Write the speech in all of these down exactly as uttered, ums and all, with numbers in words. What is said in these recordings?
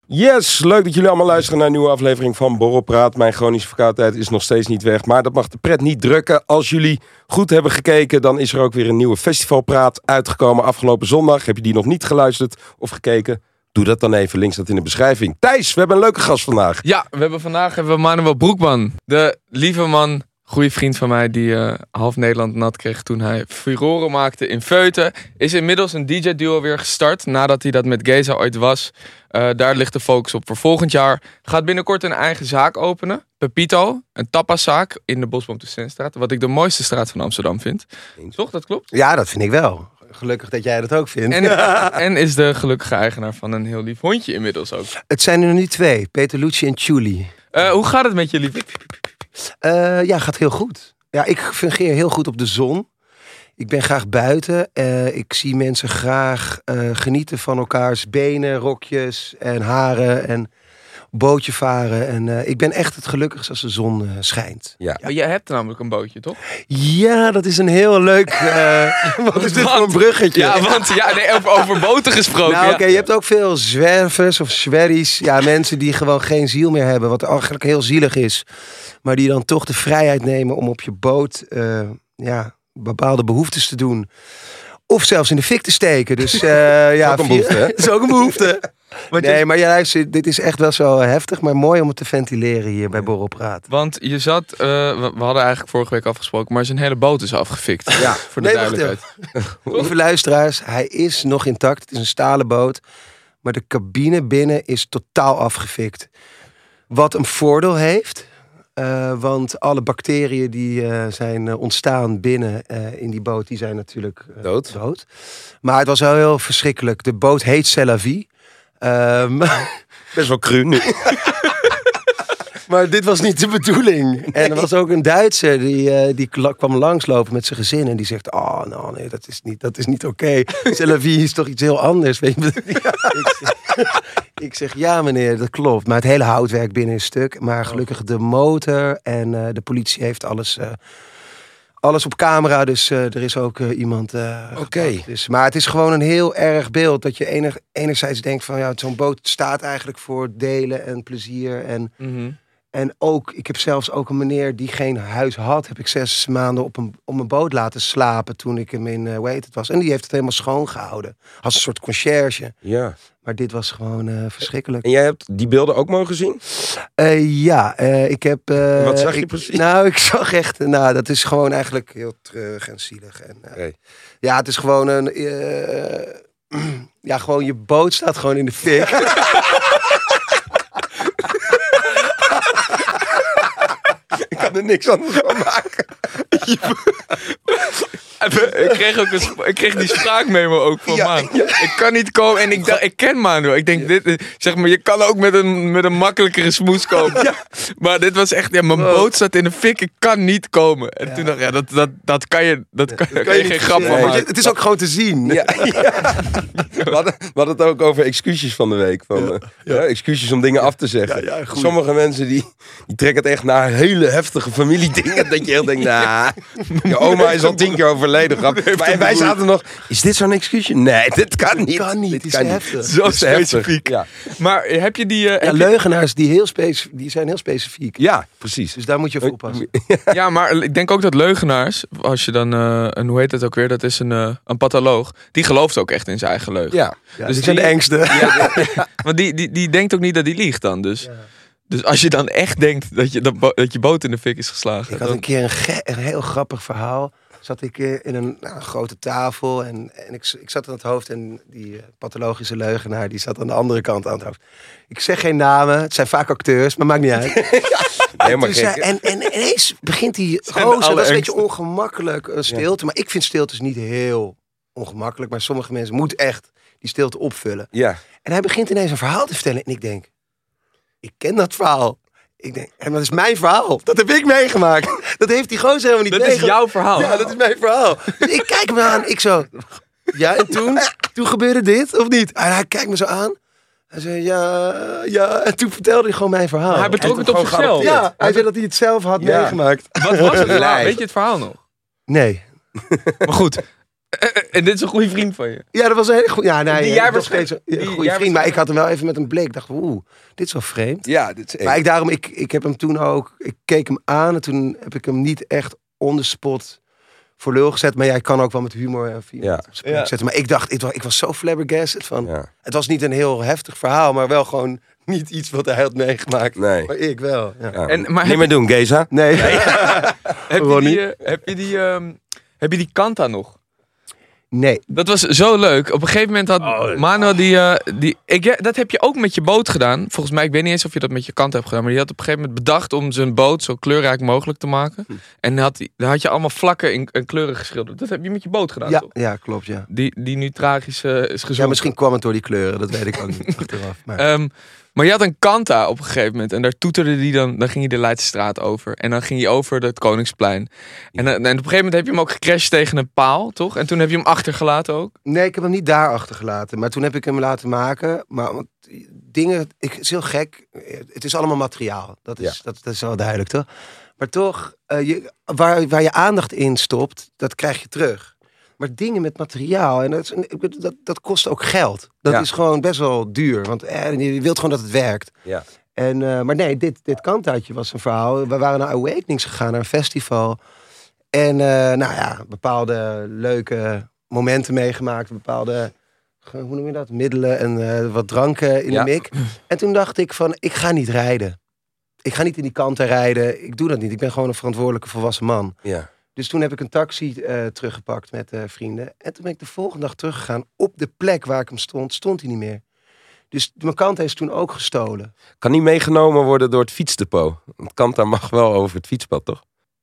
Yes, leuk dat jullie allemaal luisteren naar een nieuwe aflevering van Borrelpraat. Mijn chronische verkoudheid is nog steeds niet weg, maar dat mag de pret niet drukken. Als jullie goed hebben gekeken, dan is er ook weer een nieuwe festivalpraat uitgekomen afgelopen zondag. Heb je die nog niet geluisterd of gekeken? Doe dat dan even, links dat in de beschrijving. Thijs, we hebben een leuke gast vandaag. Ja, we hebben vandaag hebben we Manuel Broekman. De lieve man, goede vriend van mij die uh, half Nederland nat kreeg toen hij furoren maakte in Vleuten. Is inmiddels een D J-duo weer gestart nadat hij dat met Geza ooit was. Uh, daar ligt de focus op voor volgend jaar. Gaat binnenkort een eigen zaak openen. Pepito, een tapaszaak in de Bosboom te Senstraat. Wat ik de mooiste straat van Amsterdam vind. Toch, dat klopt? Ja, dat vind ik wel. Gelukkig dat jij dat ook vindt. En, en is de gelukkige eigenaar van een heel lief hondje inmiddels ook. Het zijn er nu twee, Peterlucci en Chuli. Uh, hoe gaat het met jullie? Uh, ja, gaat heel goed. Ja, ik fungeer heel goed op de zon. Ik ben graag buiten. Uh, ik zie mensen graag uh, genieten van elkaars benen, rokjes en haren en bootje varen. En uh, ik ben echt het gelukkigst als de zon uh, schijnt. Ja. Ja. Jij hebt namelijk een bootje, toch? Ja, dat is een heel leuk... Uh, wat is dit voor een bruggetje? Ja, want ja, nee, over, over boten gesproken. Nou, oké, okay, ja. Je hebt ook veel zwervers of zwerries. Ja, mensen die gewoon geen ziel meer hebben. Wat eigenlijk heel zielig is. Maar die dan toch de vrijheid nemen om op je boot... Uh, ja, bepaalde behoeftes te doen. Of zelfs in de fik te steken. Dus uh, ja, ook een behoefte, hè? Dat is ook een behoefte. Nee, maar ja, luister, dit is echt wel zo heftig, maar mooi om het te ventileren hier bij Borrelpraat. Want je zat, uh, we, we hadden eigenlijk vorige week afgesproken, maar zijn hele boot is afgefikt. Ja, voor de nee, duidelijkheid. Lieve luisteraars, hij is nog intact. Het is een stalen boot, maar de cabine binnen is totaal afgefikt. Wat een voordeel heeft. Uh, want alle bacteriën die uh, zijn uh, ontstaan binnen uh, in die boot, die zijn natuurlijk uh, dood. dood. Maar het was wel heel verschrikkelijk. De boot heet C'est la vie. Um, Best wel cru nu. Maar dit was niet de bedoeling. En er was ook een Duitser die, uh, die kwam langslopen met zijn gezin. En die zegt, oh nou nee, dat is niet, dat is niet oké. Okay. C'est la vie is toch iets heel anders. Weet je? Ja, ik, zeg, ik zeg, ja meneer, dat klopt. Maar het hele houtwerk binnen is stuk. Maar gelukkig de motor en uh, de politie heeft alles... Uh, Alles op camera, dus uh, er is ook uh, iemand... Uh, Oké. Okay. Dus, maar het is gewoon een heel erg beeld. Dat je enig, enerzijds denkt van... ja, zo'n boot staat eigenlijk voor delen en plezier. En, Mm-hmm. en ook, ik heb zelfs ook een meneer die geen huis had... heb ik zes maanden op een, op een boot laten slapen... toen ik hem in, uh, hoe heet het was. En die heeft het helemaal schoongehouden. Als een soort conciërge. Ja. Maar dit was gewoon uh, verschrikkelijk. En jij hebt die beelden ook mogen zien? Uh, ja, uh, ik heb... Uh, Wat zag je ik, precies? Nou, ik zag echt... Nou, dat is gewoon eigenlijk heel terug en zielig. En, uh, Okay. Ja, het is gewoon een... Uh, ja, gewoon je boot staat gewoon in de fik. Ik kan er niks anders van maken. Ik kreeg, ook een, ik kreeg die spraakmemo ook van Ja, Maan. ja. Ik kan niet komen en ik dacht, ik ken Manuel. Ik denk, dit, is- zeg maar, je kan ook met een, met een makkelijkere smoes komen. Ja. Maar dit was echt, ja, mijn Wow. boot staat in de fik, ik kan niet komen. En Ja. toen dacht ik, ja, dat, dat, dat kan je, dat kan, daar kan kan je niet geen grap van verzinnen. maken. Het is ook gewoon te zien. Ja, ja. We, hadden, we hadden het ook over excuses van de week. Van, ja. Ja, excuses om dingen af te zeggen. Ja, ja, goed. Sommige mensen die, die trekken het echt naar hele heftige familiedingen. Dat je heel denkt, nou, je oma is al tien keer overleden. Grap. Maar wij zaten nog, is dit zo'n excuusje? Nee, dit kan niet. kan niet, Dit het is heftig. Zo Dit is heftig. specifiek. Ja. Maar heb je die... uh, Ja, heb je- leugenaars die, heel speci- die zijn heel specifiek. Ja, precies. Dus daar moet je voor oppassen. Ja, maar ik denk ook dat leugenaars, als je dan, uh, een, hoe heet het ook weer, dat is een, uh, een patholoog, die gelooft ook echt in zijn eigen leugen. Ja. Ja, Dus die zijn de die- engste. Ja, want die, die, die denkt ook niet dat hij liegt dan. Dus, Ja. dus als je dan echt denkt dat je, dat, bo- dat je boot in de fik is geslagen. Ik had dan- een keer een, ge- een heel grappig verhaal. Zat ik eh, in een, nou, een grote tafel en, en ik, ik zat aan het hoofd en die uh, pathologische leugenaar die zat aan de andere kant aan het hoofd. Ik zeg geen namen, het zijn vaak acteurs, maar maakt niet uit. Helemaal Dus, uh, gek. en, en ineens begint die Zijn de gozer, dat is een beetje allerengste. ongemakkelijk uh, stilte. Maar ik vind stiltes niet heel ongemakkelijk, maar sommige mensen moeten echt die stilte opvullen. Ja. En hij begint ineens een verhaal te vertellen en ik denk, ik ken dat verhaal. Ik denk, en dat is mijn verhaal. Dat heb ik meegemaakt. Dat heeft die gozer helemaal niet Dat is meegemaakt. jouw verhaal. Ja, dat is mijn verhaal. Dus ik kijk hem aan. Ik zo. Ja, en toen? Toen gebeurde dit, of niet? En hij kijkt me zo aan. Hij zei, ja, ja. En toen vertelde hij gewoon mijn verhaal. Maar hij betrok En het op gewoon zichzelf. geadopteerd. Ja, hij zei dat hij het zelf had Ja. meegemaakt. Wat was het verhaal? Nee. Weet je het verhaal nog? Nee. Maar goed, En dit is een goede vriend van je. Ja, dat was een hele goede... Ja, nee, Die jij nog steeds een die een jij goede vriend. Maar waarschijnlijk- ik had hem wel even met een blik. Ik dacht, oeh, dit is wel vreemd. Ja, dit is Maar ik, daarom, ik, ik heb hem toen ook... Ik keek hem aan en toen heb ik hem niet echt on the spot voor lul gezet. Maar jij kan ook wel met humor en Ja. ja. Ja. zetten. Maar ik dacht, ik was, ik was zo flabbergasted van... Ja. Het was niet een heel heftig verhaal, maar wel gewoon niet iets wat hij had meegemaakt. Nee. Maar ik wel. Ja. Ja. En- maar Niet heb meer doen, Geza. Nee. Heb je Ronnie? die, eh, heb je die, ehm, heb je die Kanta nog? nee. Dat was zo leuk. Op een gegeven moment had Oh, Manuel die... eh, die ik, ja, dat heb je ook met je boot gedaan. Volgens mij, ik weet niet eens of je dat met je kant hebt gedaan. Maar die had op een gegeven moment bedacht om zijn boot zo kleurrijk mogelijk te maken. Hm. En had, die- daar had je allemaal vlakken in, en kleuren geschilderd. Dat heb je met je boot gedaan, Ja, toch? ja, klopt, ja. Die, die nu tragisch eh, is gezonken. Ja, misschien kwam het door die kleuren, dat weet ik ook niet achteraf. Maar... Ehm, maar je had een Kanta op een gegeven moment. En daar toeterde die dan... Dan ging je de Leidsestraat over. En dan ging hij over het Koningsplein. En, dan- en op een gegeven moment heb je hem ook gecrashed tegen een paal, toch? En toen heb je hem achtergelaten ook. Nee, ik heb hem niet daar achtergelaten. Maar toen heb ik hem laten maken. Maar want dingen, ik, het is heel gek. Het is allemaal materiaal. Dat is, Ja. dat, dat is wel duidelijk, toch? Maar toch, eh, je, waar, waar je aandacht in stopt, dat krijg je terug. Maar dingen met materiaal, en dat, is, een- ik bedoel, dat, dat kost ook geld. Dat Ja. is gewoon best wel duur. Want eh, je wilt gewoon dat het werkt. Ja. En, eh, maar nee, dit, dit kantuitje was een verhaal. We waren naar Awakenings gegaan, naar een festival. En eh, nou ja, bepaalde leuke momenten meegemaakt. Bepaalde, hoe noem je dat, middelen en eh, wat dranken in Ja. de mik. En toen dacht ik van, ik ga niet rijden. Ik ga niet in die kanten rijden. Ik doe dat niet. Ik ben gewoon een verantwoordelijke volwassen man. Ja. Dus toen heb ik een taxi eh, teruggepakt met eh, vrienden. En toen ben ik de volgende dag teruggegaan. Op de plek waar ik hem stond, stond hij niet meer. Dus mijn kant is toen ook gestolen. Kan niet meegenomen worden door het fietsdepot. Want Kanta mag wel over het fietspad, toch?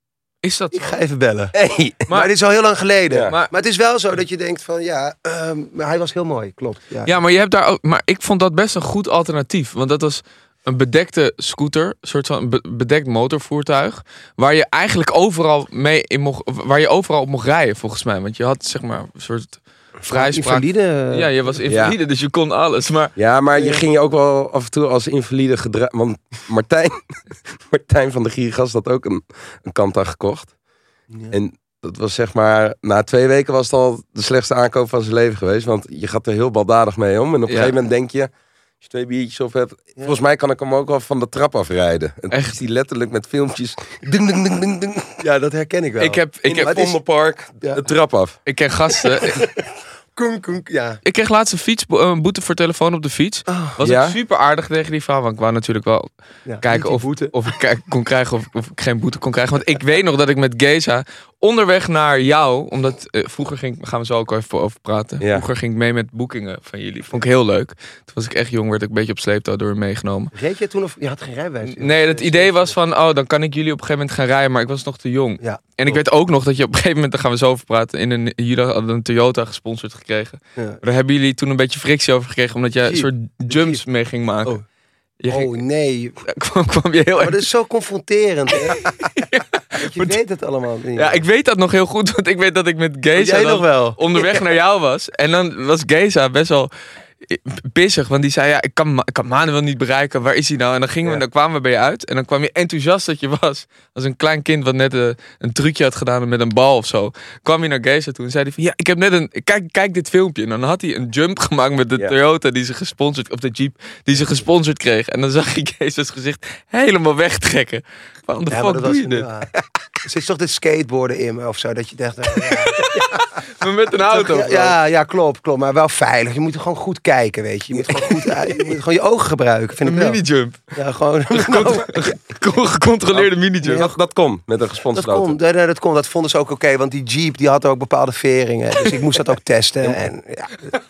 Is dat Ik zo? ga even bellen. Hey. Maar, dit is al heel lang geleden. Ja. Maar, maar het is wel zo dat je denkt van ja, ehm, maar hij was heel mooi, klopt. Ja. Ja, maar je hebt daar ook. Maar ik vond dat best een goed alternatief. Want dat was een bedekte scooter, een soort van be- bedekt motorvoertuig. Waar je eigenlijk overal mee in mocht. Waar je overal op mocht rijden, volgens mij. Want je had zeg maar een soort vrijspraak. Invalide. Ja, je was invalide, dus je kon alles. Maar Ja, maar je Ja. ging je ook wel af en toe als invalide gedragen. Want Martijn, Martijn van de Giergas had ook een, een Kanta gekocht. Ja. En dat was zeg maar, na twee weken was het al de slechtste aankoop van zijn leven geweest. Want je gaat er heel baldadig mee om. En op een Ja. gegeven moment denk je, als je twee biertjes op hebt. Volgens mij kan ik hem ook wel van de trap afrijden. En Echt? is die letterlijk met filmpjes. Ding, ding, ding, ding, ding. Ja, dat herken ik wel. ik heb, ik In heb, het het is- Vondelpark Ja. de trap af. ik ken gasten. Koen, koen, ja. Ik kreeg laatst een fiets, een boete voor telefoon op de fiets. Oh, Was Ja? ik super aardig tegen die vrouw. Want ik wou natuurlijk wel ja. kijken Niet die of, boete. of ik kijk- kon krijgen of, of ik geen boete kon krijgen. Want ik weet nog dat ik met Geza onderweg naar jou, omdat eh, vroeger ging, gaan we zo ook even over praten. Ja. Vroeger ging ik mee met boekingen van jullie. Vond ik heel leuk. Toen was ik echt jong, werd ik een beetje op sleeptouw door meegenomen. Reed je toen of je had geen rijbewijs? Nee, het idee was van, oh, dan kan ik jullie op een gegeven moment gaan rijden, maar ik was nog te jong. Ja. En ik weet ook nog dat je op een gegeven moment, daar gaan we zo over praten, in een, jullie hadden een Toyota gesponsord gekregen. Ja. Maar daar hebben jullie toen een beetje frictie over gekregen, omdat jij een Jeep. soort jumps mee ging maken. Oh. Je ging, Oh nee, kwam, kwam je heel maar erg... dat is zo confronterend. Hè? Want je weet het allemaal niet. Ja, ik weet dat nog heel goed, want ik weet dat ik met Oh, Geza jij dan nog wel. onderweg naar jou was. En dan was Geza best wel pissig, want die zei, ja, ik kan, Ma- ik kan Manuel niet bereiken. Waar is hij nou? En dan gingen we, Ja. dan kwamen we bij je uit. En dan kwam je enthousiast dat je was. Als een klein kind wat net een, een trucje had gedaan met een bal of zo. Kwam je naar Geza toe en zei hij van, ja, ik heb net een, kijk, kijk dit filmpje. En dan had hij een jump gemaakt met de Ja. Toyota die ze gesponsord, of de Jeep die ze gesponsord kreeg. En dan zag je Geza's gezicht helemaal wegtrekken. Waarom de Ja, maar fuck dat doe was je een- dit? ja. Er zit toch dit skateboarden in me of zo, dat je dacht... eh, ja. Maar met een auto. Ja, ja, ja, klopt, klopt. Maar wel veilig. Je moet er gewoon goed kijken, weet je. Je moet gewoon, goed, uit- je, moet gewoon je ogen gebruiken, vind Een ik wel. mini-jump. Ja, gewoon... Gecontroleerde mini-jump. Dat, dat kon met een Dat gesponsorde auto. kon, nee, nee, dat kon. Dat vonden ze ook oké, want die Jeep die had ook bepaalde veringen. Dus ik moest dat ook testen. En, ja.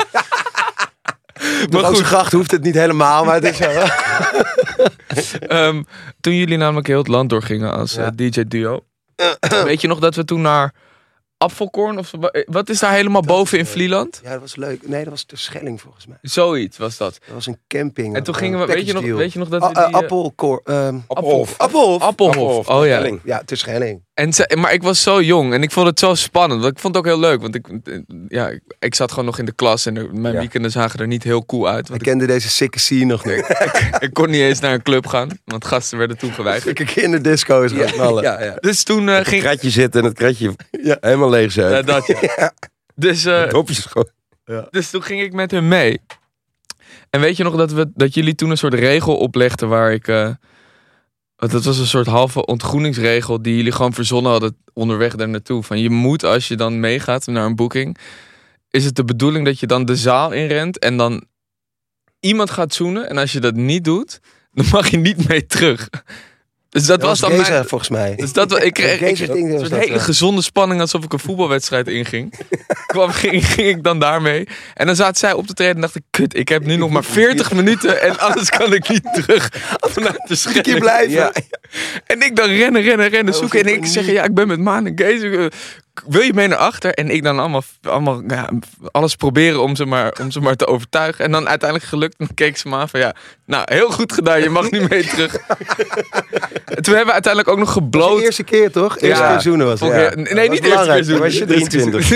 Maar Maar goed, gracht hoeft het niet helemaal, maar het is wel... ehm, toen jullie namelijk heel het land doorgingen als Ja. eh, D J-duo. Weet je nog dat we toen naar Apfelkorn, of wa- wat is daar helemaal boven in eh, Vlieland? Ja, dat was leuk. Nee, dat was de Schelling volgens mij. Zoiets was dat. Dat was een camping. En toen een gingen we, weet je nog, package weet je nog dat deal. we Ah, die... eh, eh, Appelkoor... ehm, Appelhof. Appelhof. Appelhof. Appelhof, Oh ja. Schelling. Ja, te Schelling. En ze, maar ik was zo jong en ik vond het zo spannend. Want ik vond het ook heel leuk. Want ik, ja, ik, ik zat gewoon nog in de klas en er- mijn Ja. weekenden zagen er niet heel cool uit. Ik Want ik, kende deze sikke scene nog niet. ik kon niet eens naar een club gaan, want gasten werden toen geweigerd. Sikke kinderdisco's gaan knallen. Ja, ja. Dus toen eh, Het ging... kratje zitten en het kratje Ja. helemaal leeg zijn. Ja, dat ja. Dus, uh, Dopjes gewoon. Ja. dus toen ging ik met hem mee. En weet je nog dat, we, dat jullie toen een soort regel oplegden waar ik... Uh, dat was een soort halve ontgroeningsregel die jullie gewoon verzonnen hadden onderweg daar naartoe. Van je moet, als je dan meegaat naar een boeking, is het de bedoeling dat je dan de zaal inrent en dan iemand gaat zoenen. En als je dat niet doet, dan mag je niet mee terug. Dus dat, Dat was was dan Geza, mijn... volgens mij. Dus dat, ik kreeg ik, Geza ding een was soort dat, hele ja. gezonde spanning alsof ik een voetbalwedstrijd inging. Kwam, ging, ging ik dan daarmee. En dan zaten zij op te treden en dacht ik, kut, ik heb nu nog maar veertig minuten en anders kan ik niet terug vanuit de Een Schelling. keer blijven. Ja. En ik dan rennen, rennen, rennen, Oh, zoeken. En ik ik niet. zeg, ja, ik ben met Maan en Kees. Uh, Wil je mee naar achter? En ik dan allemaal, allemaal ja, alles proberen om ze, maar, om ze maar te overtuigen. En dan uiteindelijk gelukt. En dan keek ze me aan van, ja, nou, heel goed gedaan. Je mag nu mee terug. En toen hebben we uiteindelijk ook nog Dat was gebloot. de eerste keer, toch? Eerste Ja. keer zoenen was het. Volgende Ja. keer- nee, niet de eerste keer zoenen. Was je drieëntwintig?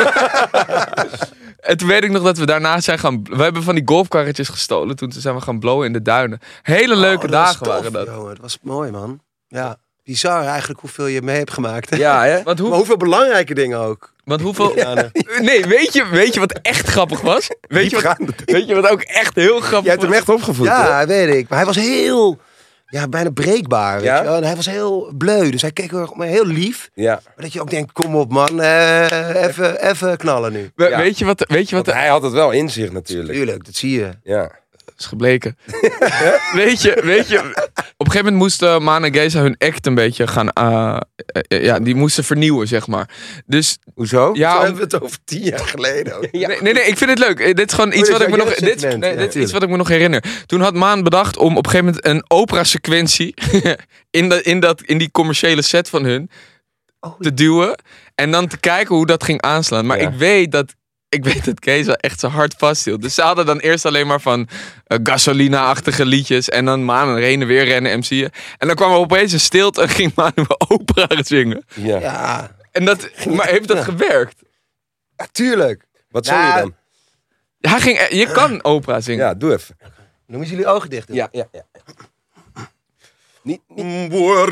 En toen weet ik nog dat we daarna zijn gaan... We hebben van die golfkarretjes gestolen. Toen zijn we gaan blowen in de duinen. Hele leuke Oh, dat was dagen tof, waren dat. Jongen, dat was mooi, man. Ja. Bizar eigenlijk hoeveel je mee hebt gemaakt. Hè? Ja, hè? Want, hoe, Maar hoeveel belangrijke dingen ook. want hoeveel... Ja, nee. Nee, weet je, weet je wat echt grappig was? Weet je wat, weet je wat ook echt heel grappig Jij hebt hem was? echt opgevoed, hè? Ja, weet ik. Maar hij was heel... Ja, bijna breekbaar, weet Ja? je wel. En hij was heel bleu. Dus hij keek heel, maar heel lief. Ja. Maar dat je ook denkt, kom op man. eh, even, even knallen nu. We- Ja. Weet je wat... Weet je wat Want hij had het wel in zich natuurlijk. Tuurlijk, dat zie je. Ja. is gebleken. weet je, weet je... Op een gegeven moment moesten Maan en Geza hun act een beetje gaan... Uh, uh, ja, die moesten vernieuwen, zeg maar. Dus... Hoezo? Ja, Zo om- hebben we het over tien jaar geleden. ook. Nee, nee, nee, ik vind het leuk. Eh, Dit is gewoon iets dit wat is ik me jouw nog. Dit, jeugdsentiment. nee, Ja, dit is iets tuurlijk. wat ik me nog herinner. Toen had Maan bedacht om op een gegeven moment een opera-sequentie in, de, in, dat, in die commerciële set van hun Oh, te duwen. En dan te kijken hoe dat ging aanslaan. Maar Ja. ik weet dat. Ik weet dat Kees wel echt zijn hart vasthield. Dus ze hadden dan eerst alleen maar van uh, gasolina-achtige liedjes. En dan Maan heen en weer rennen, M C'en. En dan kwam er opeens een stilte en ging Maan opera zingen. Ja. Ja, En dat, maar heeft dat gewerkt? tuurlijk. Wat zong Ja. je dan? Hij ging, e- je kan opera zingen. Ja, doe even. Noem eens jullie ogen dicht. doen. Ja, ja, ja. Niet, niet.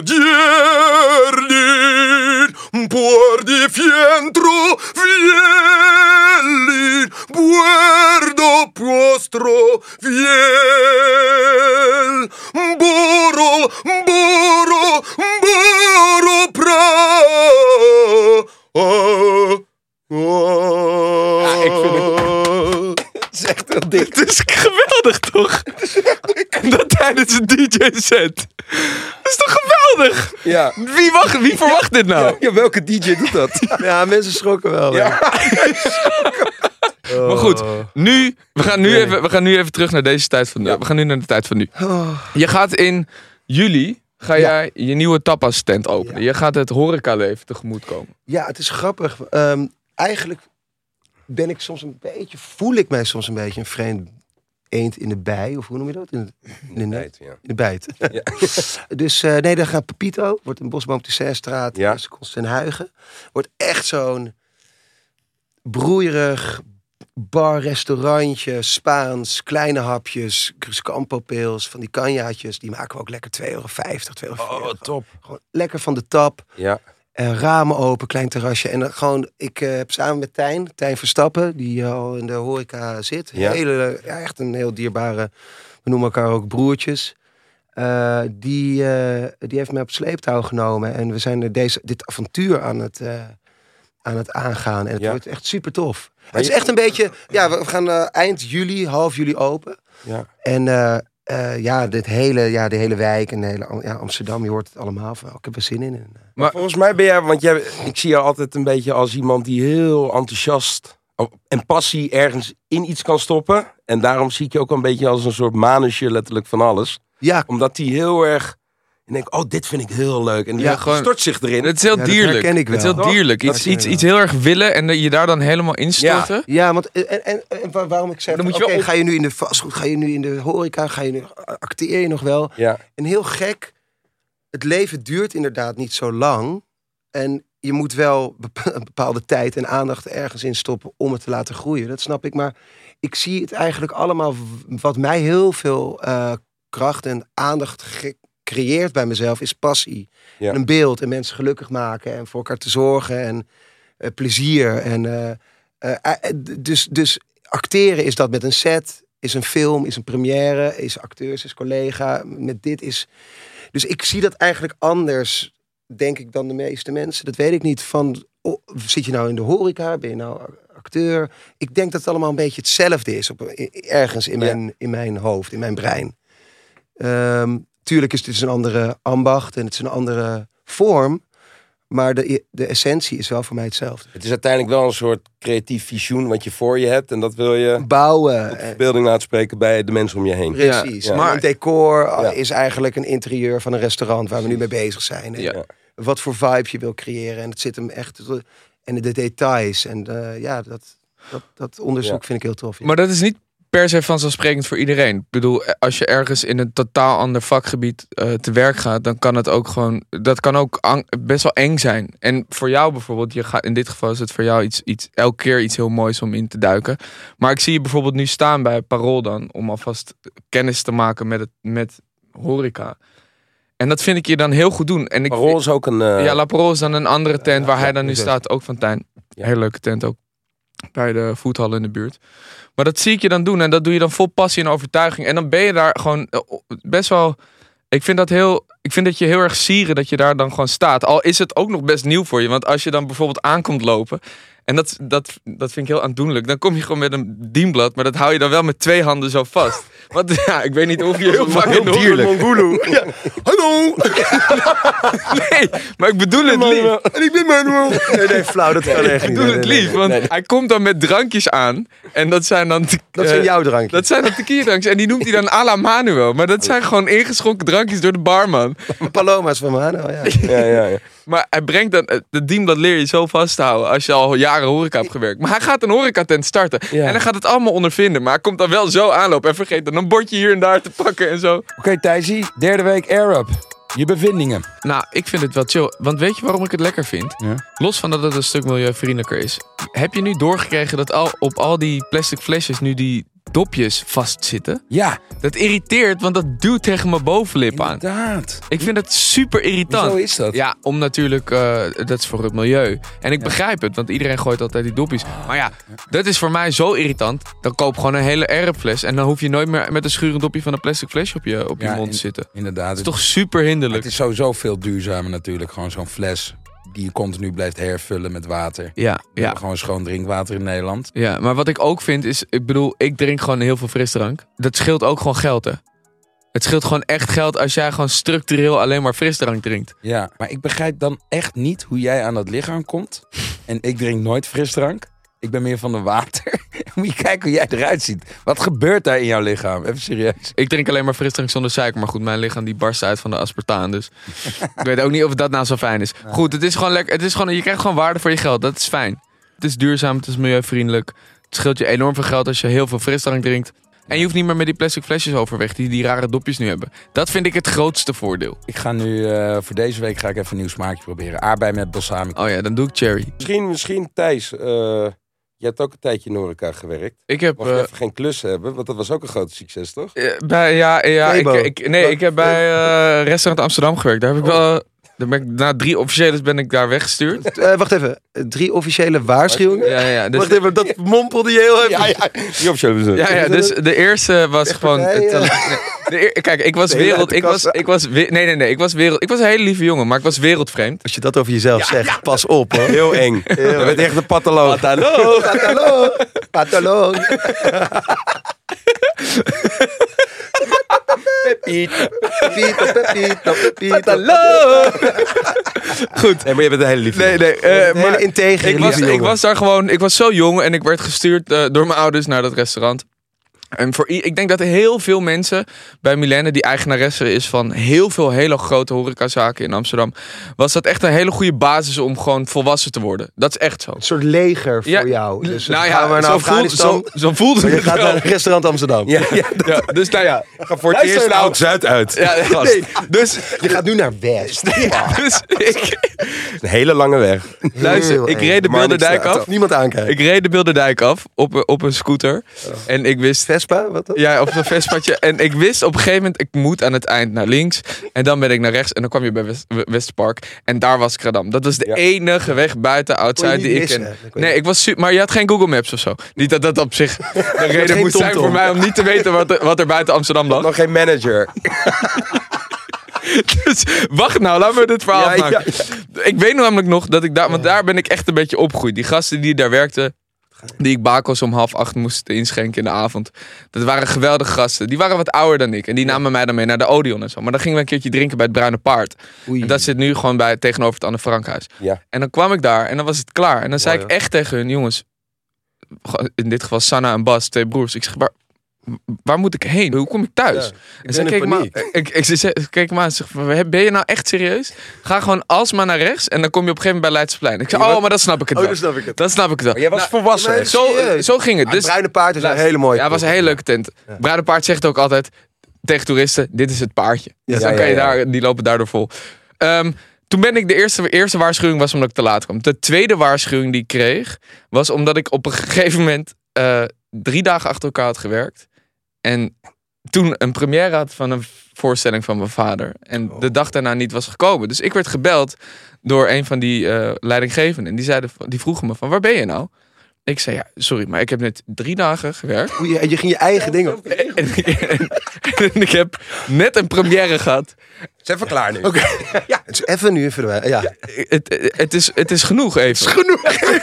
Guardier por di fientro fielin, guardo postro fiel, boro, boro, boro pra. Ja, ik vind Het is echt heel dik. Het is geweldig, toch? En dat tijdens een D J-set. Dat is toch geweldig? Ja. Wie, wacht, wie verwacht dit nou? Ja, ja, welke D J doet dat? Ja, mensen schrokken wel. Ja. Maar goed, nu, we, gaan nu even, we gaan nu even terug naar deze tijd van nu. Ja. We gaan nu naar de tijd van nu. Oh. Je gaat in juli, ga jij je nieuwe tapas stand openen. Ja. Je gaat het horecaleven tegemoet komen. Ja, het is grappig. Ehm, eigenlijk ben ik soms een beetje, voel ik mij soms een beetje een vreemd eend in de bij. Of hoe noem je dat? In de, in de net? Nee, ja. In de bijt. Ja. Dus uh, nee, dan gaat Pepito. Wordt een bosboom op de Zesstraat. Ja. Eerste Konst en Huigen. Wordt echt zo'n broeierig bar, restaurantje, Spaans, kleine hapjes, Cruzcampo pils, van die canjaatjes. Die maken we ook lekker twee euro vijftig, twee euro veertig. Oh, top. Gewoon lekker van de tap. Ja. Uh, ramen open, klein terrasje. En dan gewoon, ik uh, heb samen met Tijn, Tijn Verstappen, die uh, al in de horeca zit. Ja. Hele, ja, echt een heel dierbare, we noemen elkaar ook broertjes. Uh, die, uh, die heeft mij op sleeptouw genomen. En we zijn er deze, dit avontuur aan het, uh, aan het aangaan. En het Ja. wordt echt super tof. Maar Het is je- echt een beetje, ja, we gaan uh, eind juli, half juli open. Ja. En uh, uh, ja, dit hele, ja, de hele wijk en de hele ja, Amsterdam, je hoort het allemaal. Van, ik heb er zin in. En, uh, Maar volgens mij ben jij, want jij, ik zie jou altijd een beetje als iemand die heel enthousiast en passie ergens in iets kan stoppen. En daarom zie ik je ook een beetje als een soort manusje letterlijk van alles. ja, Omdat die heel erg, en denk, oh, dit vind ik heel leuk. En die Ja, gewoon- stort zich erin. Het is heel Ja, dat dierlijk. herken ik Het is wel. heel dierlijk. Dat Iets, herken iets, ik iets wel. heel erg willen en dat je daar dan helemaal instorten. Ja, want en, en, en wa- waarom ik zeg, Dan moet oké, je wel op- ga je nu in de vastgoed, ga je nu in de horeca, ga je nu, acteer je nog wel? Ja, En heel gek, het leven duurt inderdaad niet zo lang. En je moet wel bepa- een bepaalde tijd en aandacht ergens in stoppen om het te laten groeien. Dat snap ik, maar ik zie het eigenlijk allemaal, w- wat mij heel veel eh, kracht en aandacht ge- creëert bij mezelf, is passie. Ja. En een beeld en mensen gelukkig maken en voor elkaar te zorgen en eh, plezier. En, eh, Uh, dus, dus acteren is dat met een set, is een film, is een première, is acteurs, is collega. Met dit is... Dus ik zie dat eigenlijk anders, denk ik, dan de meeste mensen. Dat weet ik niet. Van, oh, zit je nou in de horeca? Ben je nou acteur? Ik denk dat het allemaal een beetje hetzelfde is. Op, ergens in mijn, ja. in mijn hoofd, in mijn brein. Um, tuurlijk is dit een andere ambacht en het is een andere vorm. Maar de, de essentie is wel voor mij hetzelfde. Het is uiteindelijk wel een soort creatief visioen wat je voor je hebt. En dat wil je bouwen. Op verbeelding laten spreken bij de mensen om je heen. Precies. Ja. Maar een decor ja. is eigenlijk een interieur van een restaurant waar we nu mee bezig zijn. En ja. wat voor vibe je wil creëren. En het zit hem echt... En de details. En uh, ja, dat, dat, dat onderzoek ja. vind ik heel tof. Ja. Maar dat is niet per se vanzelfsprekend voor iedereen. Ik bedoel, als je ergens in een totaal ander vakgebied uh, te werk gaat, dan kan het ook gewoon, dat kan ook ang- best wel eng zijn. En voor jou bijvoorbeeld, je gaat, in dit geval is het voor jou iets, iets, elke keer iets heel moois om in te duiken. Maar ik zie je bijvoorbeeld nu staan bij Parool dan, om alvast kennis te maken met, het, met horeca. En dat vind ik je dan heel goed doen. En ik, Parool is ook een... Uh... Ja, La Parool is dan een andere tent waar ja, hij dan nu staat. Ook van Tijn. Ja. Hele leuke tent ook. Bij de voethal in de buurt. Maar dat zie ik je dan doen. En dat doe je dan vol passie en overtuiging. En dan ben je daar gewoon best wel... Ik vind dat heel... Ik vind dat je heel erg sieren dat je daar dan gewoon staat. Al is het ook nog best nieuw voor je. Want als je dan bijvoorbeeld aankomt lopen... En dat, dat, dat vind ik heel aandoenlijk. Dan kom je gewoon met een dienblad. Maar dat hou je dan wel met twee handen zo vast. Want ja, ik weet niet of je heel vaak in de dierlijk. Ja. Hallo! Nee, maar ik bedoel het lief. En ik ben Manuel. Nee, nee, flauw, dat kan echt niet. Ik bedoel het lief, want nee, nee. hij komt dan met drankjes aan. En dat zijn dan... Te, dat zijn uh, jouw drankjes. Dat zijn dan tequila drankjes. En die noemt hij dan à la Manuel. Maar dat zijn gewoon ingeschonken drankjes door de barman. Paloma's van Manuel, ja. ja, ja, ja. Maar hij brengt dan... De dienblad leer je zo vast te houden als je al jaren horeca hebt gewerkt. Maar hij gaat een horecatent starten. Ja. En hij gaat het allemaal ondervinden. Maar hij komt dan wel zo aanlopen en vergeet dan een bordje hier en daar te pakken en zo. Oké, okay, Thijsie. Derde week Air Up. Je bevindingen. Nou, ik vind het wel chill. Want weet je waarom ik het lekker vind? Ja. Los van dat het een stuk milieuvriendelijker is. Heb je nu doorgekregen dat al, op al die plastic flesjes nu die dopjes vastzitten? Ja. Dat irriteert, want dat duwt tegen mijn bovenlip aan. Inderdaad. Ik vind het super irritant. Zo is dat? Ja, om natuurlijk, uh, dat is voor het milieu. En ik ja. begrijp het, want iedereen gooit altijd die dopjes. Maar ja, dat is voor mij zo irritant. Dan koop gewoon een hele Air-Up-fles. En dan hoef je nooit meer met een schurend dopje van een plastic flesje op je, op je ja, mond te in, zitten. Inderdaad. Het is toch super hinderlijk. Het is sowieso veel duurzamer natuurlijk. Gewoon zo'n fles die je continu blijft hervullen met water. Ja, We ja. hebben gewoon schoon drinkwater in Nederland. Ja, maar wat ik ook vind is, ik bedoel, ik drink gewoon heel veel frisdrank. Dat scheelt ook gewoon geld, hè. Het scheelt gewoon echt geld als jij gewoon structureel alleen maar frisdrank drinkt. Ja, maar ik begrijp dan echt niet hoe jij aan dat lichaam komt. En ik drink nooit frisdrank. Ik ben meer van de water. Moet je kijken hoe jij eruit ziet. Wat gebeurt daar in jouw lichaam? Even serieus. Ik drink alleen maar frisdrank zonder suiker. Maar goed, mijn lichaam die barst uit van de aspartaan. Dus ik weet ook niet of dat nou zo fijn is. Goed, het is gewoon lekker. Het is gewoon, je krijgt gewoon waarde voor je geld. Dat is fijn. Het is duurzaam, het is milieuvriendelijk. Het scheelt je enorm veel geld als je heel veel frisdrank drinkt. En je hoeft niet meer met die plastic flesjes overweg die die rare dopjes nu hebben. Dat vind ik het grootste voordeel. Ik ga nu, uh, voor deze week ga ik even een nieuw smaakje proberen. Aardbei met balsamico. Oh ja, dan doe ik cherry. Misschien, misschien Thijs, uh, je hebt ook een tijdje in horeca gewerkt. Ik heb... Mag je uh, even geen klus hebben? Want dat was ook een groot succes, toch? Uh, bij, ja, ja ik, ik, nee, ik heb bij uh, restaurant Amsterdam gewerkt. Daar heb ik wel... Dan ben ik, na drie officiëles ben ik daar weggestuurd. Uh, wacht even. Drie officiële waarschuwingen? Ja, ja, dus wacht even, dat mompelde je heel even. Ja, ja. Drie officiële. Ja, ja, dus de eerste was gewoon... Het, de eer, kijk, ik was wereld... Ik was, ik was, nee, nee, nee. Ik was wereld... Ik was een hele lieve jongen, maar ik was wereldvreemd. Als je dat over jezelf ja, zegt, ja. pas op, hoor. Heel eng. Heel je bent echt een patholoog. Patholoog. Patholoog. Patholoog. Piet, Piet, Piet, Piet, goed. Nee, maar je bent een hele lieve. Nee, nee. Uh, een hele integere ik was, ik was daar gewoon, ik was zo jong en ik werd gestuurd uh, door mijn ouders naar dat restaurant. En voor, ik denk dat heel veel mensen bij Milène, die eigenaresse is van heel veel hele grote horecazaken in Amsterdam, was dat echt een hele goede basis om gewoon volwassen te worden. Dat is echt zo. Een soort leger voor ja, jou. Dus nou gaan ja, we naar zo Afghanistan. Voelt, zo, zo voelde het. Je gaat wel. naar het restaurant Amsterdam. Ja, ja, ja, dus nou ja. Ga voor het Luister eerst nou Oud-Zuid uit. Ja, nee, dus, je gaat nu naar West. Ja, dus ik, een hele lange weg. Luister, ik reed de Bilderdijk af. Niemand aankijken. Ik reed de Bilderdijk af op, op een scooter. Oh. En ik wist... Vespa? Wat dan? Ja, op een Vespaatje. En ik wist op een gegeven moment, ik moet aan het eind naar links. En dan ben ik naar rechts. En dan kwam je bij West, Westerpark. En daar was Skradam. Dat was de Ja. enige weg buiten Outside die ik ken. Nee, ik was su- maar je had geen Google Maps of zo. Niet dat dat op zich een reden geen moest zijn TomTom. voor mij om niet te weten wat er, wat er buiten Amsterdam lag. Nog geen manager. Dus wacht nou, laten we dit verhaal Ja, maken. ja, Ik weet namelijk nog dat ik daar, want daar ben ik echt een beetje opgegroeid. Die gasten die daar werkten, die ik bakels om half acht moest inschenken in de avond. Dat waren geweldige gasten. Die waren wat ouder dan ik. En die namen mij dan mee naar de Odeon en zo. Maar dan gingen we een keertje drinken bij het Bruine Paard. Oei. En dat zit nu gewoon bij, tegenover het Anne Frankhuis. Ja. En dan kwam ik daar en dan was het klaar. En dan zei Mooi, ik echt tegen hun, jongens, in dit geval Sanna en Bas, twee broers. Ik zeg, waar, waar moet ik heen? Hoe kom ik thuis? Ja, en zij in keek me aan. paniek. Ik, ik, ze, ze keek me aan en zeg, ben je nou echt serieus? Ga gewoon alsmaar naar rechts en dan kom je op een gegeven moment bij Leidseplein. Ik zei, oh, maar dat snap ik het Oh, wel. dat snap ik het. Dat snap ik het wel. Maar jij was Nou, volwassen. maar- hè? zo, serieus? zo ging het. Ah, Dus, het Bruine Paard is een luister, hele mooie ja, het was een kop. hele leuke tent. Ja. Bruine Paard zegt ook altijd tegen toeristen, dit is het paardje. Dus Ja, dan ja, kan je ja. daar, die lopen daardoor vol. Ehm, toen ben ik de eerste, eerste waarschuwing was omdat ik te laat kwam. De tweede waarschuwing die ik kreeg was omdat ik op een gegeven moment eh, drie dagen achter elkaar had gewerkt. En toen een première had van een voorstelling van mijn vader. En de dag daarna niet was gekomen. Dus ik werd gebeld door een van die eh, leidinggevenden. En die, zeiden, van- die vroegen me van, waar ben je nou? Ik zei, ja, sorry, maar ik heb net drie dagen gewerkt. Oei, en je ging je eigen ding op. En ik, en ik heb net een première gehad. Het is even klaar nu. Oké. Ja, het is even nu even erbij. Ja. Het, het, is, het is genoeg even. Genoeg.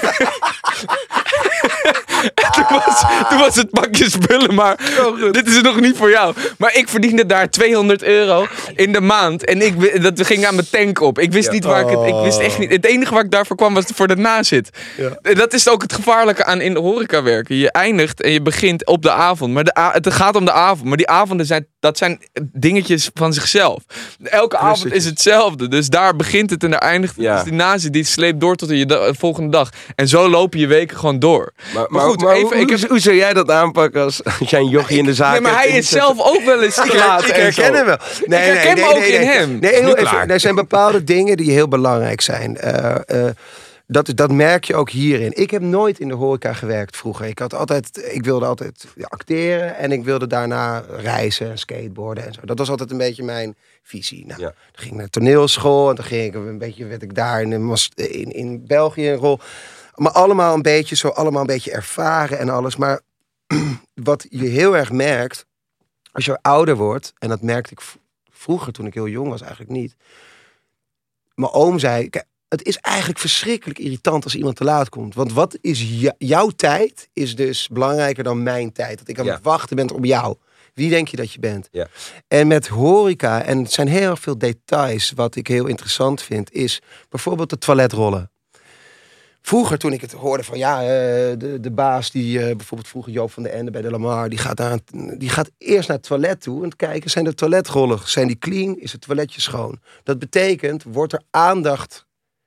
toen, was, toen was het pakje spullen, maar dit is nog niet voor jou. Maar ik verdiende daar tweehonderd euro in de maand. En ik, dat ging aan mijn tank op. Ik wist Ja. niet waar ik het... Ik wist echt niet... Het enige waar ik daarvoor kwam was voor de nazit. Ja. En dat is ook het gevaarlijke aan in de horeca werken. Je eindigt en je begint op de avond. Maar de a- het gaat om de avond. Maar die avonden zijn... Dat zijn dingetjes van zichzelf. Elke avond is hetzelfde. Dus daar begint het en daar eindigt het. Ja. Dus die nazit die sleept door tot je da- volgende dag. En zo lopen je weken gewoon door. Maar, Maar goed, even- hoe, ik heb- hoe, hoe zou jij dat aanpakken als, als jij een jochie in de zaak Nee, maar hebt hij en is die zegt- zelf ook wel eens te Ik, laat. ik en herken zo. hem wel. Nee, Ik herken nee, me nee, ook nee, in nee. hem. Nee, Is nu heel even, klaar. er zijn bepaalde dingen die heel belangrijk zijn. Eh, eh, dat, dat merk je ook hierin. Ik heb nooit in de horeca gewerkt vroeger. Ik, had altijd, ik wilde altijd ja, acteren en ik wilde daarna reizen, skateboarden en zo. Dat was altijd een beetje mijn visie. Nou, Ja. dan ging ik naar toneelschool en dan ging ik een beetje, werd ik daar in, was in, in België een rol. Maar allemaal een beetje zo, allemaal een beetje ervaren en alles. Maar wat je heel erg merkt, als je ouder wordt, en dat merkte ik v- vroeger toen ik heel jong was eigenlijk niet. Mijn oom zei, kijk, het is eigenlijk verschrikkelijk irritant als iemand te laat komt. Want wat is jou- jouw tijd is dus belangrijker dan mijn tijd. Dat ik aan Ja. het wachten ben op jou. Wie denk je dat je bent? Ja. En met horeca, en het zijn heel erg veel details wat ik heel interessant vind, is bijvoorbeeld de toiletrollen. Vroeger, toen ik het hoorde van ja, eh, de, de baas die eh, bijvoorbeeld vroeger Joop van den Ende bij de Lamar, die gaat, aan, die gaat eerst naar het toilet toe en te kijken, zijn de toiletrollen, zijn die clean, is het toiletje schoon? Dat betekent, wordt er aandacht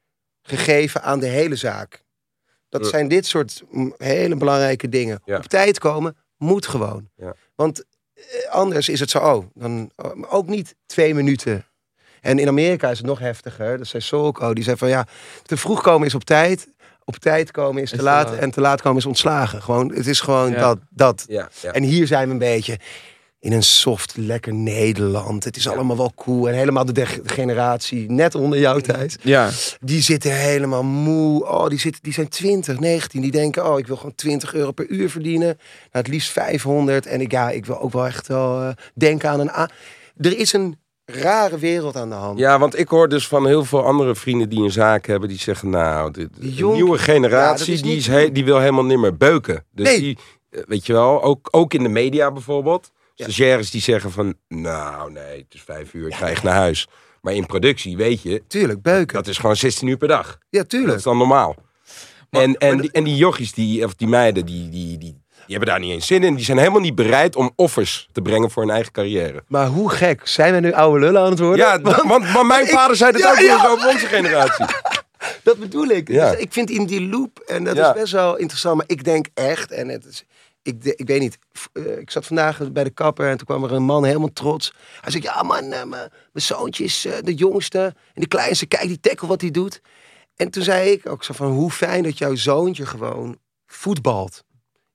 gegeven aan de hele zaak. Dat Ja. zijn dit soort mm, hele belangrijke dingen. Ja. Op tijd komen moet gewoon. Ja. Want eh, anders is het zo, oh, dan oh, maar ook niet twee minuten. En in Amerika is het nog heftiger. Dat zei Solko, die zei van ja, te vroeg komen is op tijd. Op tijd komen is te, Is te laat, laat. en te laat komen is ontslagen. Gewoon, het is gewoon Ja. dat. dat. Ja, ja. En hier zijn we een beetje in een soft, lekker Nederland. Het is allemaal wel cool. En helemaal de de generatie, net onder jouw tijd. Ja. Die zitten helemaal moe. Oh, die, zitten, die zijn twintig, negentien. Die denken, oh, ik wil gewoon twintig euro per uur verdienen. Nou, het liefst vijfhonderd. En ik, ja, ik wil ook wel echt wel eh, denken aan een... A- er is een rare wereld aan de hand. Ja, want ik hoor dus van heel veel andere vrienden die een zaak hebben, die zeggen, nou, de, de Die jonk- nieuwe Ja, generatie, dat is die, niet is he- die wil helemaal niet meer beuken. Dus Nee. die, eh, weet je wel, ook, ook in de media bijvoorbeeld, stagiaires die zeggen van, nou, nee, het is vijf uur, ik ga echt naar huis. Maar in productie, weet je, Tuurlijk, beuken. dat is gewoon zestien uur per dag. Ja, Dat tuurlijk. is dan normaal. Maar- en, en, die, en die jochies, die, of die meiden, die, die, die, die hebben daar niet eens zin in. Die zijn helemaal niet bereid om offers te brengen voor hun eigen carrière. Maar hoe gek, zijn we nu oude lullen aan het worden? Ja, want, want, want mijn ik- vader zei dat ja, ook weer ja. eens over onze generatie. Dat bedoel ik. Ja. Dus ik vind in die loop, en dat Ja. is best wel interessant, maar ik denk echt, en het is, ik, de- ik weet niet, f- eh, ik zat vandaag bij de kapper en toen kwam er een man helemaal trots. Hij zei, ja man, eh, mijn mijn zoontje is eh, de jongste en de kleinste, kijk die tackle wat hij doet. En toen zei ik ook zo van, hoe fijn dat jouw zoontje gewoon voetbalt.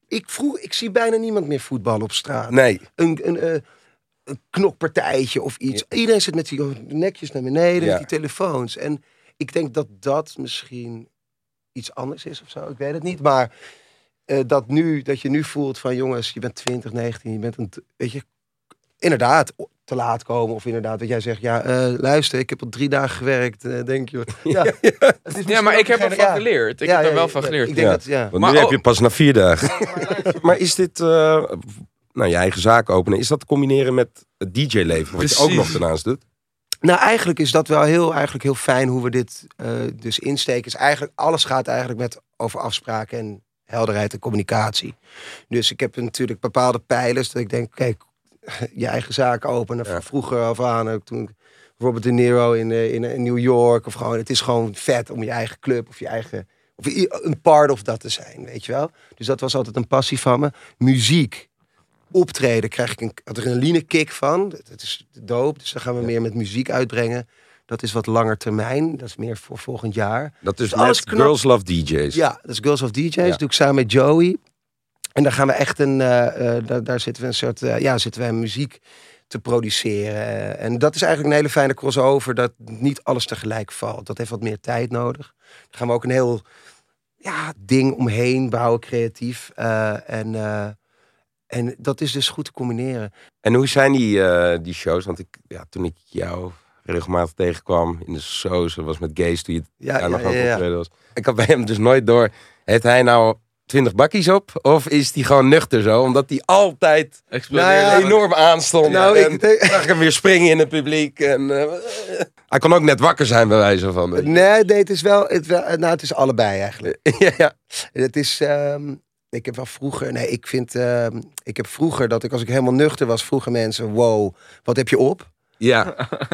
Ik, vroeg, ik zie bijna niemand meer voetballen op straat. Nee. Een, een, uh, een knokpartijtje of iets. Ja. Iedereen zit met die nekjes naar beneden, ja. met die telefoons. En ik denk dat dat misschien iets anders is of zo. Ik weet het niet, maar uh, dat, nu, dat je nu voelt van jongens, je bent twintig, negentien, je bent een, weet je, inderdaad te laat komen. Of inderdaad, wat jij zegt, ja, uh, luister, ik heb al drie dagen gewerkt, uh, denk je. Ja, ja, het is ja maar ik heb ervan ja. geleerd. Ik ja, heb er wel ja, van geleerd. Ik denk ja. dat, ja. Want maar nu oh. heb je pas na vier dagen. Maar is dit, uh, nou, je eigen zaak openen, is dat te combineren met het D J-leven, wat Precies. je ook nog daarnaast doet? Nou, eigenlijk is dat wel heel, eigenlijk heel fijn hoe we dit uh, dus insteken. Is eigenlijk, alles gaat eigenlijk met over afspraken en helderheid en communicatie. Dus ik heb natuurlijk bepaalde pijlers dat ik denk, kijk, je eigen zaak openen. Ja. Vroeger af aan, toen Robert De Niro in, in, in New York. Of gewoon, het is gewoon vet om je eigen club of je eigen, of een part of dat te zijn, weet je wel. Dus dat was altijd een passie van me. Muziek. Optreden krijg ik een adrenaline kick van. Dat is dope. Dus dan gaan we ja. meer met muziek uitbrengen. Dat is wat langer termijn. Dat is meer voor volgend jaar. Dat is dus net Girls Love D J's. Ja, dat is Girls Love D J's. Ja. Dat doe ik samen met Joey. En daar gaan we echt een... Uh, uh, daar, daar zitten we een soort... Uh, ja, zitten wij muziek te produceren. Uh, en dat is eigenlijk een hele fijne crossover. Dat niet alles tegelijk valt. Dat heeft wat meer tijd nodig. Dan gaan we ook een heel ja, ding omheen bouwen, creatief. Uh, en... Uh, En dat is dus goed te combineren. En hoe zijn die, uh, die shows? Want ik, ja, toen ik jou regelmatig tegenkwam in de shows, was met Gaze, toen je ja, daar ja, nog aan ja, het ja. optreden was. Ik had bij hem dus nooit door, heeft hij nou twintig bakkies op? Of is hij gewoon nuchter zo? Omdat hij altijd nou ja, enorm aanstond. Nou, en ik denk... zag hem weer springen in het publiek. En, uh, hij kon ook net wakker zijn bij wijze van. Nee, nee, het is wel, het, wel, nou, het is allebei eigenlijk. ja, ja. Het is... Um... Ik heb wel vroeger, nee, ik vind, uh, ik heb vroeger dat ik als ik helemaal nuchter was, vroegen mensen, wow, wat heb je op? Ja.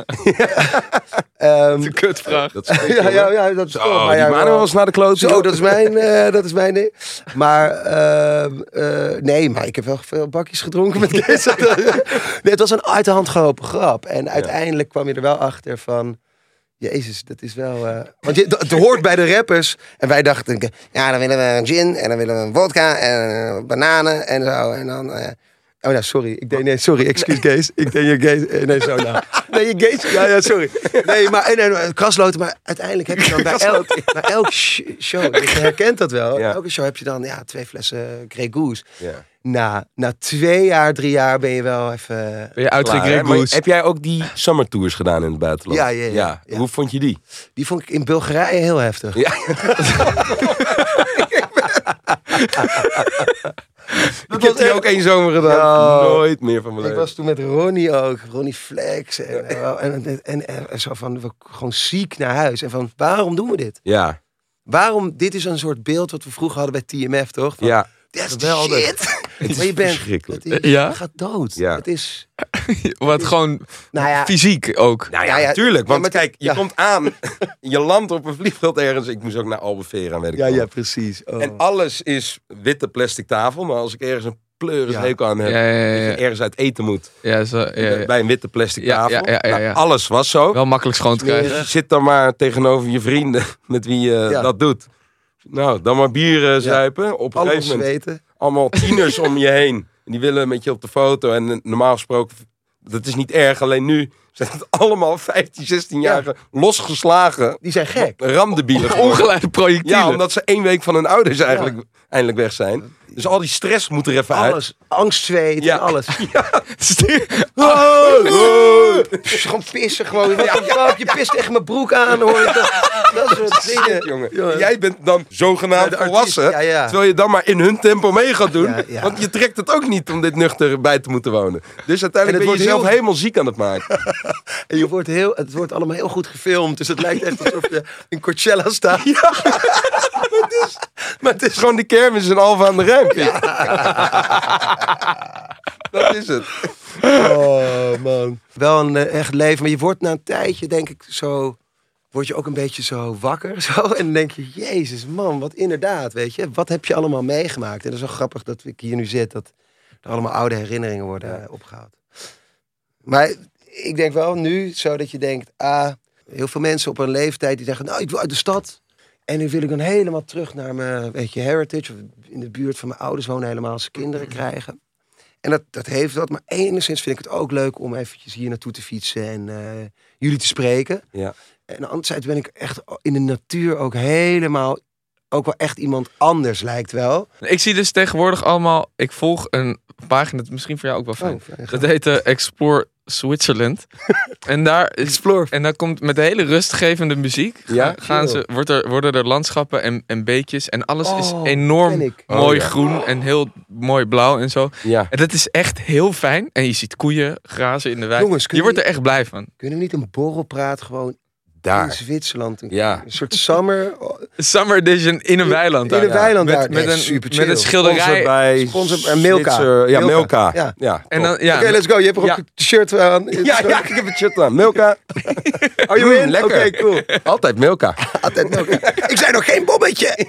um, dat is een kutvraag. Dat is ja, ja, ja, dat is zo, toch, maar die ja, mannen was naar de kloot. Zo, dat is mijn, uh, dat is mijn ding. Maar, uh, uh, nee, maar ik heb wel veel bakjes gedronken met Kees. Nee, het was een uit de hand gelopen grap. En uiteindelijk kwam je er wel achter van, Jezus, dat is wel... Uh... Want je, het hoort bij de rappers. En wij dachten, ja, dan willen we een gin. En dan willen we een vodka. En uh, bananen. En zo. En dan... Uh... Oh, nou, sorry. Ik deed... Nee, sorry. Excuus, Kees. Ik deed je Kees... Nee, zo nou. Nee, je Kees... Ja, ja, sorry. Nee, maar... En, en, krasloten. Maar uiteindelijk heb je dan bij elk, bij elk show... Je herkent dat wel. Ja. Elke show heb je dan, ja, twee flessen Grey Goose. Ja. Na, na twee jaar, drie jaar ben je wel even... Ben je uit Grey Goose? Heb jij ook die summer tours gedaan in het buitenland? Ja, ja, ja, ja. ja. Hoe vond je die? Die vond ik in Bulgarije heel heftig. Ja. Dat ik heb die ook één zomer gedaan. No. Nooit meer van mijn leven. Ik was toen met Ronnie ook. Ronnie Flex. En, en, en, en, en, en zo van, we gewoon ziek naar huis. En van, waarom doen we dit? Ja. Waarom, dit is een soort beeld wat we vroeger hadden bij T M F, toch? Van, ja. Dat is shit. Maar je bent, het is, ja? je gaat dood. Ja. Het is... Wat is, gewoon nou ja, fysiek ook. Nou ja, natuurlijk. Want ja, kijk, je ja. komt aan, je landt op een vliegveld ergens. Ik moest ook naar Albufeira, weet ik Ja, wel. ja, precies. Oh. En alles is witte plastic tafel. Maar als ik ergens een pleuris ja. hekel aan heb, ja, ja, ja, ja. dat je ergens uit eten moet. Ja, zo, ja, ja. Bij een witte plastic ja, tafel. Ja, ja, ja, ja. Nou, alles was zo. Wel makkelijk schoon te krijgen. Dus je zit dan maar tegenover je vrienden met wie je ja. dat doet. Nou, dan maar bier uh, zuipen. Ja. Op een allemaal gegeven moment zweten. Allemaal tieners om je heen. En die willen met je op de foto. En normaal gesproken, dat is niet erg. Alleen nu zijn het allemaal vijftien, zestien-jarigen ja. losgeslagen. Die zijn gek. Ramdebielen. Ongeleide projectielen. Ja, omdat ze één week van hun ouders eigenlijk ja. eindelijk weg zijn. Dus al die stress moet er even alles. uit. Alles. Angst, zweet ja. en alles. Ja. oh, oh. Gewoon pissen gewoon. Ja. Ja. Je pist echt mijn broek aan. Hoor. Dat, dat soort dingen. Jongen. Jongen. Jij bent dan zogenaamd ja, volwassen. Ja, ja. Terwijl je dan maar in hun tempo mee gaat doen. Ja, ja. Want je trekt het ook niet om dit nuchter bij te moeten wonen. Dus uiteindelijk ben je jezelf heel... helemaal ziek aan het maken. En je wordt heel, het wordt allemaal heel goed gefilmd. Dus het lijkt echt alsof je in Coachella staat. Ja. maar, het is, maar het is gewoon die kermis in Alphen aan de Rijn. Ja. Dat is het. Oh man. Wel een uh, echt leven. Maar je wordt na een tijdje denk ik zo... Word je ook een beetje zo wakker. Zo, en dan denk je, jezus man, wat inderdaad. Weet je, wat heb je allemaal meegemaakt? En dat is wel grappig dat ik hier nu zit. Dat er allemaal oude herinneringen worden uh, opgehaald. Maar ik denk wel nu zo dat je denkt... ah, heel veel mensen op een leeftijd die zeggen... nou, ik wil uit de stad. En nu wil ik dan helemaal terug naar mijn, weet je, heritage. Of in de buurt van mijn ouders wonen helemaal als ze kinderen krijgen. En dat, dat heeft wat. Maar enigszins vind ik het ook leuk om eventjes hier naartoe te fietsen en uh, jullie te spreken. Ja. En anderzijds ben ik echt in de natuur ook helemaal, ook wel echt iemand anders lijkt wel. Ik zie dus tegenwoordig allemaal, ik volg een pagina, dat is misschien voor jou ook wel fijn. Oh, dat heet uh, Explore Switzerland. en daar is, Explore. En daar komt met hele rustgevende muziek. Ja, gaan, gaan ze, wordt er, worden er landschappen en, en beekjes. En alles Oh, is ken enorm ik. mooi Oh, ja. groen en heel mooi blauw en zo. Ja. En dat is echt heel fijn. En je ziet koeien grazen in de wei. Jongens, je kunnen wordt er we- echt blij van. Kunnen we niet een borrelpraat gewoon in Daar. Zwitserland? Een, Ja. een soort summer. Summer edition in een weiland. In daar. een weiland met, daar. met, Nee, een, super met een chill. schilderij. Sponsor bij Sponsor- en Milka. Zwitser- Ja, Milka. Milka. Ja. Ja. En dan, ja, Oké, let's go. Je hebt er ook Ja. een shirt aan. Ja, ja, ik heb het shirt aan. Milka. Are you in? Lekker. Oké, cool. Altijd Milka. Altijd Milka. Ik zei nog geen bommetje.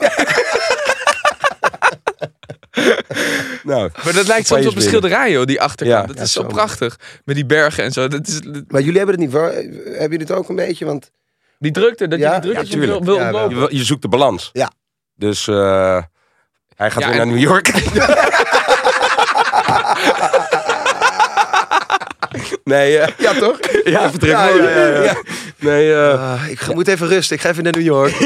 Nou, Maar dat lijkt soms Opeens op een binnen. schilderij, joh, die achterkant. Ja. dat Ja, is zo zo. prachtig. Met die bergen en zo. Dat is, Maar jullie hebben het niet. Waar, hebben jullie het ook een beetje? Want die drukte, dat Ja, je die drukte ja, tuurlijk. wil, wil Ja, wel. ontlopen. je, wil- je zoekt de balans. Ja. Dus eh, hij gaat Ja, weer en- naar New York. nee, eh, ja, toch? ja, vertrek Ja, wel. ja, ja, ja. Ja. Nee, eh, Ah, ik ga, moet even rusten. Ik ga even naar New York.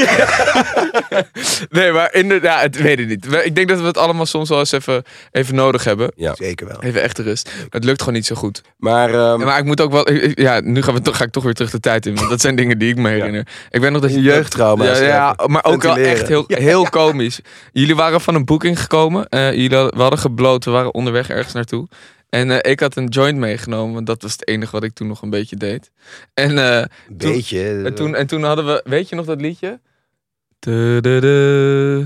Nee, maar inderdaad, het weet ik niet. We- Ik denk dat we het allemaal soms wel eens even, even nodig hebben. ja. Zeker wel. Even echte rust. Maar het lukt gewoon niet zo goed. Maar, ehm, Ja, maar ik moet ook wel... ik- ik- Ja, nu gaan we toch, ga ik toch weer terug de tijd in. Want dat zijn dingen die ik me herinner. Ik weet nog dat je... Jeugdtrauma's Ja, ja, even maar ook wel ventileren. echt heel, heel komisch. Jullie waren van een boeking gekomen. Eh, jullie hadden, we hadden gebloot. We waren onderweg ergens naartoe. En eh, ik had een joint meegenomen. Want dat was het enige wat ik toen nog een beetje deed. En, eh, Een beetje. en, toen, en toen hadden we... Weet je nog dat liedje? Du-du-du,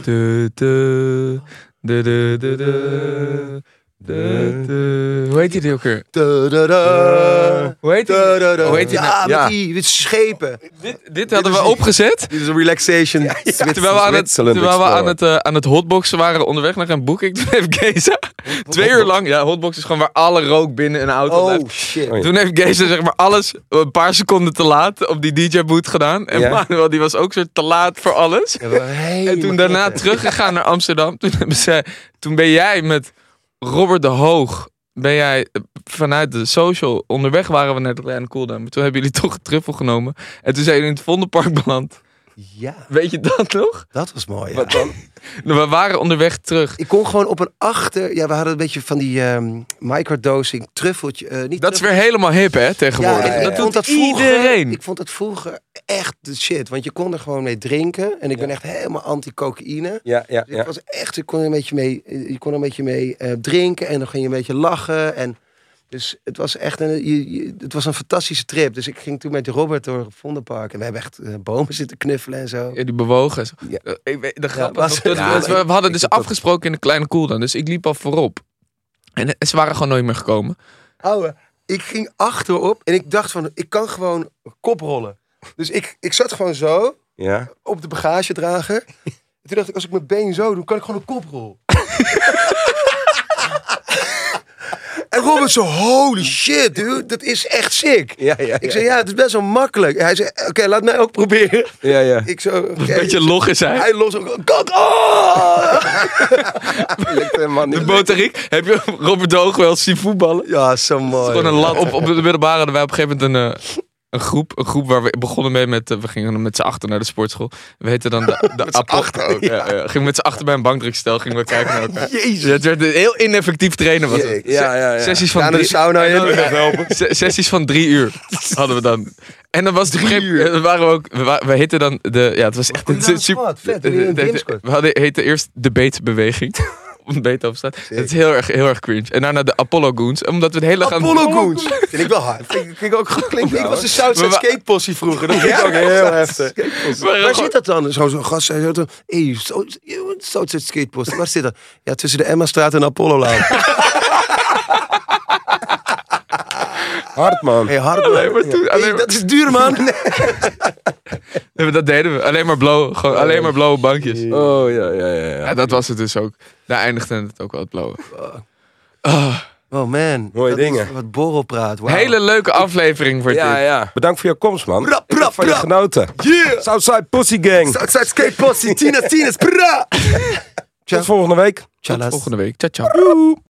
du-du, du-du-du-du, du-du. Hoe heet die ook weer? Da-da-da. Hoe heet die? Da-da-da. Hoe heet die Ja, nou? met Ja. die met schepen. Dit, dit hadden we is- opgezet. Dit is een relaxation. Terwijl we, aan het, Zwitserland terwijl we aan, Explorer. het, uh, aan het hotboxen waren onderweg naar een boeking. Toen heeft Geza twee uur lang... Ja, hotbox is gewoon waar alle rook binnen een auto Oh blijft. shit. Oh, ja. Toen heeft Geza zeg maar alles een paar seconden te laat op die D J-boot gedaan. En Ja. Manuel die was ook zo te laat voor alles. Ja, we waren helemaal En toen daarna gek. teruggegaan naar Amsterdam. Toen, hebben ze, toen ben jij met Robert de Hoog... Ben jij eh, vanuit de social... Onderweg waren we naar de kleine cooldown. Maar toen hebben jullie toch een truffel genomen. En toen zijn jullie in het Vondelpark beland. Ja, Weet je dat nog? dat was mooi. Ja. wat dan? We waren onderweg terug. Ik kon gewoon op een achter... Ja, we hadden een beetje van die ehm microdosing truffeltje. eh, niet Dat is weer truffel- helemaal hip, hè, tegenwoordig. Ja, ja, ja. Dat Ik doet vond dat vroeger- iedereen. Ik vond dat vroeger echt de shit. Want je kon er gewoon mee drinken. En ik ben echt helemaal anti-cocaïne. Ja, ja, Dus ja. het was echt, je kon er een beetje mee, je kon er een beetje mee eh, drinken en dan ging je een beetje lachen. En dus het was echt een, je, je- het was een fantastische trip. Dus ik ging toen met Robert door het Vondelpark en we hebben echt eh, bomen zitten knuffelen en zo. Ja, die bewogen. en zo. Ja. Eh, Ik weet, de Ja, grap was- was, dat, ja, dat we, ik- we hadden ik dus heb dat- afgesproken in de kleine cooldown. Dus ik liep al voorop. En eh, ze waren gewoon nooit meer gekomen. Ouwe, ik ging achterop en ik dacht van, ik kan gewoon kop rollen. Dus ik, ik zat gewoon zo Ja. op de bagagedrager. En toen dacht ik, als ik mijn been zo doe, kan ik gewoon een koprol. En Robert zo, holy shit, dude, dat is echt sick. Ja, ja, Ik zei, ja, het is best wel makkelijk. Hij zei, oké, laat mij ook proberen. Ja, ja. Ik zo, oké. Een beetje log is hij. Hij los ook, kak, oh! Lukt helemaal De niet. botariek. Heb je Robert de Hoog wel eens zien voetballen? Ja, zo mooi. Gewoon een lat. Op, op de middelbare hadden wij op een gegeven moment een, eh, een groep. Een groep waar we begonnen mee met... eh, we gingen met z'n achter naar de sportschool. We heten dan de, de Met z'n Apple. achter ook, Ja, ja. Gingen met z'n achter bij een bankdrukstel. Gingen we kijken naar elkaar. Jezus. Ja, het werd een heel ineffectief trainen. Was het. Ja, ja, ja. Sessies van Ga naar de drie, sauna in. Se- sessies van drie uur hadden we dan. En dan was het drie uur. We waren we ook. We, wa- we heten dan de. Ja, het was echt Wat een nou, super. wat vet, de- hoe je in de- de- Discord. We hadden heten eerst de Beetbeweging. Om Beethoven staat. Het is heel erg, heel erg cringe. En daarna de Apollo Goons. Omdat we het hele gaan. Apollo Goons. Vind ik wel hard. Vind ik, vind ik ook goed klinken. Ik was de Southside We wa- Skate Possie vroeger. Dat vind ik ook heel heftig. waren Waar gewoon- zit dat dan? Zo'n zo gast zei zo, hey, zo- Southside Skate Possie. Waar zit dat? Ja, tussen de Emma-straat en Apollo-laan. Hard, man. Hey, hard Alleen maar toen- Hey, alleen maar- dat is duur, man. Nee, dat deden we. Alleen maar blauwe. Gewoon alleen maar blauwe bankjes. Oh, ja, ja, ja. ja. Ja, dat was het dus ook. Daar eindigde het ook wel het blauwe. Ah. Oh man. Mooie dat dingen. Is wat borrelpraat. Wow. Hele leuke aflevering voor Ja, dit. ja. Bedankt voor je komst, man. Bra, bra, Ik heb van je bra. genoten. Yeah. Southside Pussy Gang. Southside Skate Posse. Tina Tina's. Bra. Tot volgende week. Tjallas. Volgende week. Ciao, ciao.